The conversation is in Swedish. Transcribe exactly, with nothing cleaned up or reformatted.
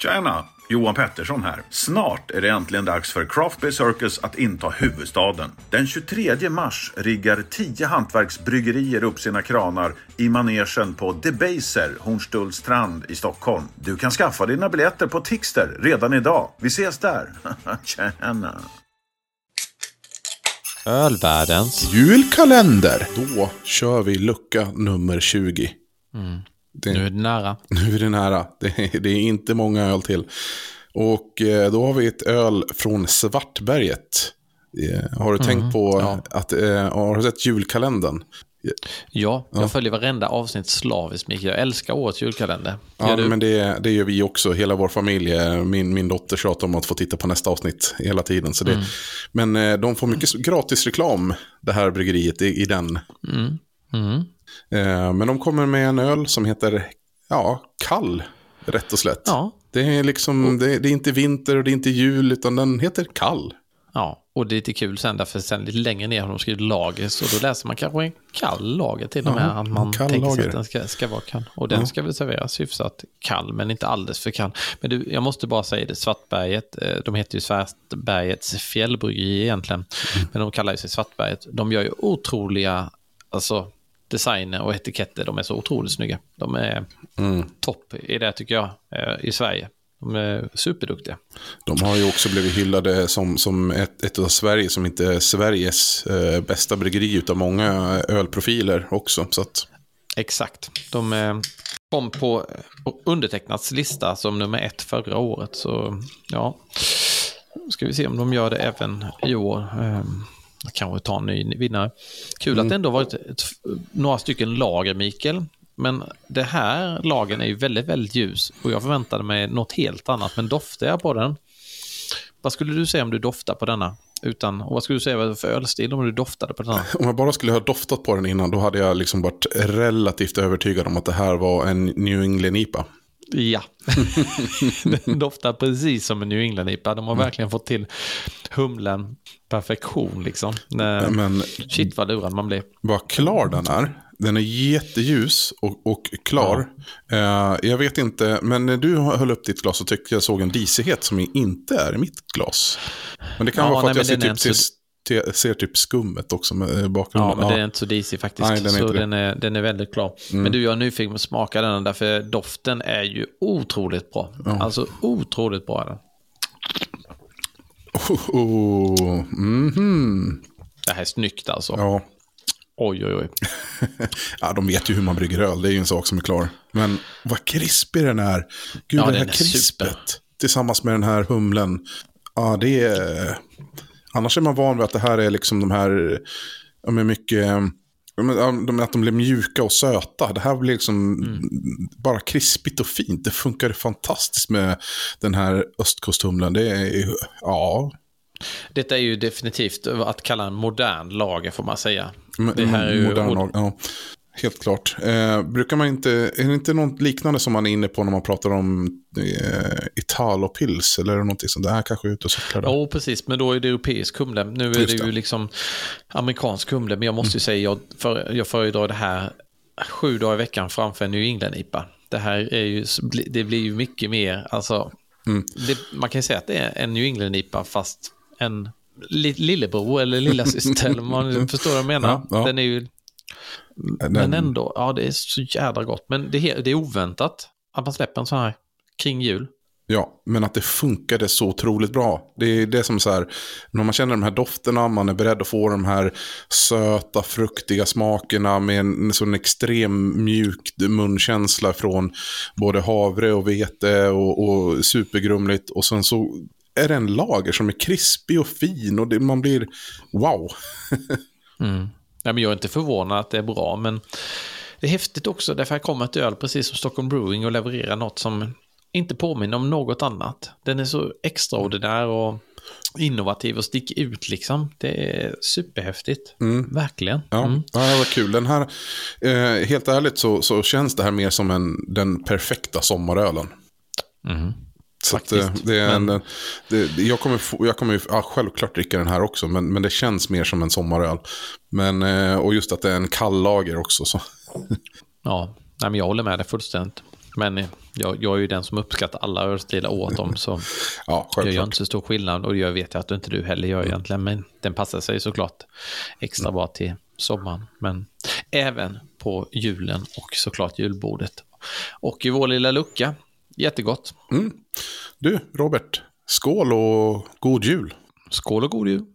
Tjena, Johan Pettersson här. Snart är det äntligen dags för Craft Beer Circus att inta huvudstaden. Den tjugotredje mars riggar tio hantverksbryggerier upp sina kranar i manegen på Debaser, Hornstullstrand i Stockholm. Du kan skaffa dina biljetter på Tixter redan idag. Vi ses där. Tjena. Ölvärldens julkalender. Då kör vi lucka nummer tjugo. Mm. Det, nu är det nära. Nu är det nära. Det, det är inte många öl till. Och eh, då har vi ett öl från Svartberget. Eh, har du mm, tänkt på ja. att eh, har du sett julkalendern? Ja, jag ja. följer varenda avsnitt slaviskt, Mikael. Jag älskar årets julkalender. Ja, men det, det gör vi också, hela vår familj. Min, min dotter tjatar om att få titta på nästa avsnitt hela tiden. Så det, mm. Men eh, de får mycket gratis reklam, det här bryggeriet, i, i den. Mm. Mm. Eh, men de kommer med en öl som heter ja, kall, rätt och slätt. Ja. Det är liksom, det, det är inte vinter och det är inte jul, utan den heter kall. Ja, och det är lite kul sen, därför sen lite längre ner har de skrivit lager, så då läser man kanske en kall lager till och med, att man tänker lager. sig att den ska, ska vara kall. Och den ja. ska väl serveras hyfsat kall, men inte alldeles för kall. Men du, jag måste bara säga det, Svartberget, de heter ju Svartbergets fjällbryggeri egentligen, mm. men de kallar ju sig Svartberget. De gör ju otroliga, alltså designer och etiketter, de är så otroligt snygga. De är mm. topp i det, tycker jag, i Sverige. De är superduktiga. De har ju också blivit hyllade som, som ett, ett av Sverige, som inte är Sveriges eh, bästa bryggeri, utan många ölprofiler också. Så att... Exakt. De eh, kom på, på undertecknats lista som nummer ett förra året. Så ja, ska vi se om de gör det även i år. Eh, kanske ta en ny vinnare. Kul mm. att det ändå varit ett, några stycken lager, Mikael. Men det här lagen är ju väldigt, väldigt ljus. Och jag förväntade mig något helt annat. Men doftar jag på den? Vad skulle du säga om du doftar på denna? Utan, och vad skulle du säga för ölstil om du doftade på den? Om jag bara skulle ha doftat på den innan, då hade jag liksom varit relativt övertygad om att det här var en New England I P A. Ja, den doftar precis som en New England I P A. De har mm. verkligen fått till humlen perfektion liksom. När, men, shit vad lurad man blir. Vad klar den är. Den är jätteljus och, och klar. Ja. Uh, jag vet inte, men när du höll upp ditt glas så tyckte jag såg en disighet som inte är i mitt glas. Men det kan ja, vara för nej, att jag ser typ, ser, så... ser typ skummet också med bakgrunden. Ja, men ja. den är inte så disig faktiskt. Nej, den är så den är, den är väldigt klar. Mm. Men du, jag är nyfiken på att smaka den, därför doften är ju otroligt bra. Ja. Alltså otroligt bra är den. Oh, oh. Mm-hmm. Det här är snyggt alltså. Ja. Oj, oj, oj. Ja, de vet ju hur man brygger öl. Det är ju en sak som är klar. Men vad krispig den är. Gud, ja, det här krispet. Super. Tillsammans med den här humlen. Ja, det är... Annars är man van vid att det här är liksom de här... Med mycket... Att de blir mjuka och söta. Det här blir liksom mm. bara krispigt och fint. Det funkar fantastiskt med den här östkusthumlen. Det är... Ja... Detta är ju definitivt att kalla en modern lager, får man säga. Men, det här är ju modern lager, ja. Helt klart. Eh, brukar man inte, är det inte något liknande som man är inne på när man pratar om eh, Italopils eller någonting sånt? Det här kanske är ute och cyklar där. Ja, precis. Men då är det europeisk humle. Nu är Just det ju det. liksom amerikansk humle. Men jag måste mm. ju säga, jag, för, jag föredrar det här sju dagar i veckan framför New England I P A. Det här är ju, det blir ju mycket mer, alltså, mm. det, man kan ju säga att det är en New England I P A fast en li- lillebror eller lilla syster, eller man förstår vad jag menar. Ja, ja. Den är ju Den... men ändå, ja, det är så jävla gott. Men det är, det är oväntat att man släpper en sån här kring jul. Ja, men att det funkade så otroligt bra. Det är det som så här, när man känner de här dofterna, man är beredd att få de här söta, fruktiga smakerna med en sån extrem mjuk munkänsla från både havre och vete och, och supergrumligt. Och sen så är det en lager som är krispig och fin och det, man blir wow. mm. Ja, men jag är inte förvånad att det är bra, men det är häftigt också därför jag kommer ett öl precis som Stockholm Brewing och levererar något som inte påminner om något annat. Den är så extraordinär och innovativ och sticker ut liksom. Det är superhäftigt. Mm. Verkligen. Ja, mm. ja, det var kul. Den här, eh, helt ärligt så, så känns det här mer som en, den perfekta sommarölen. Mm. Så att, det är en, men... det, jag kommer, jag kommer ja, självklart dricka den här också, men, men det känns mer som en sommaröl. Men, och just att det är en kall lager också. Så. Ja, nej, men jag håller med dig fullständigt. Men jag, jag är ju den som uppskattar alla ölstilar åt dem, så ja, jag gör inte så stor skillnad, och jag vet att du inte du heller gör egentligen, men den passar sig såklart extra bra till sommaren, men även på julen och såklart julbordet. Och i vår lilla lucka, jättegott. Mm. Du, Robert, skål och god jul. Skål och god jul.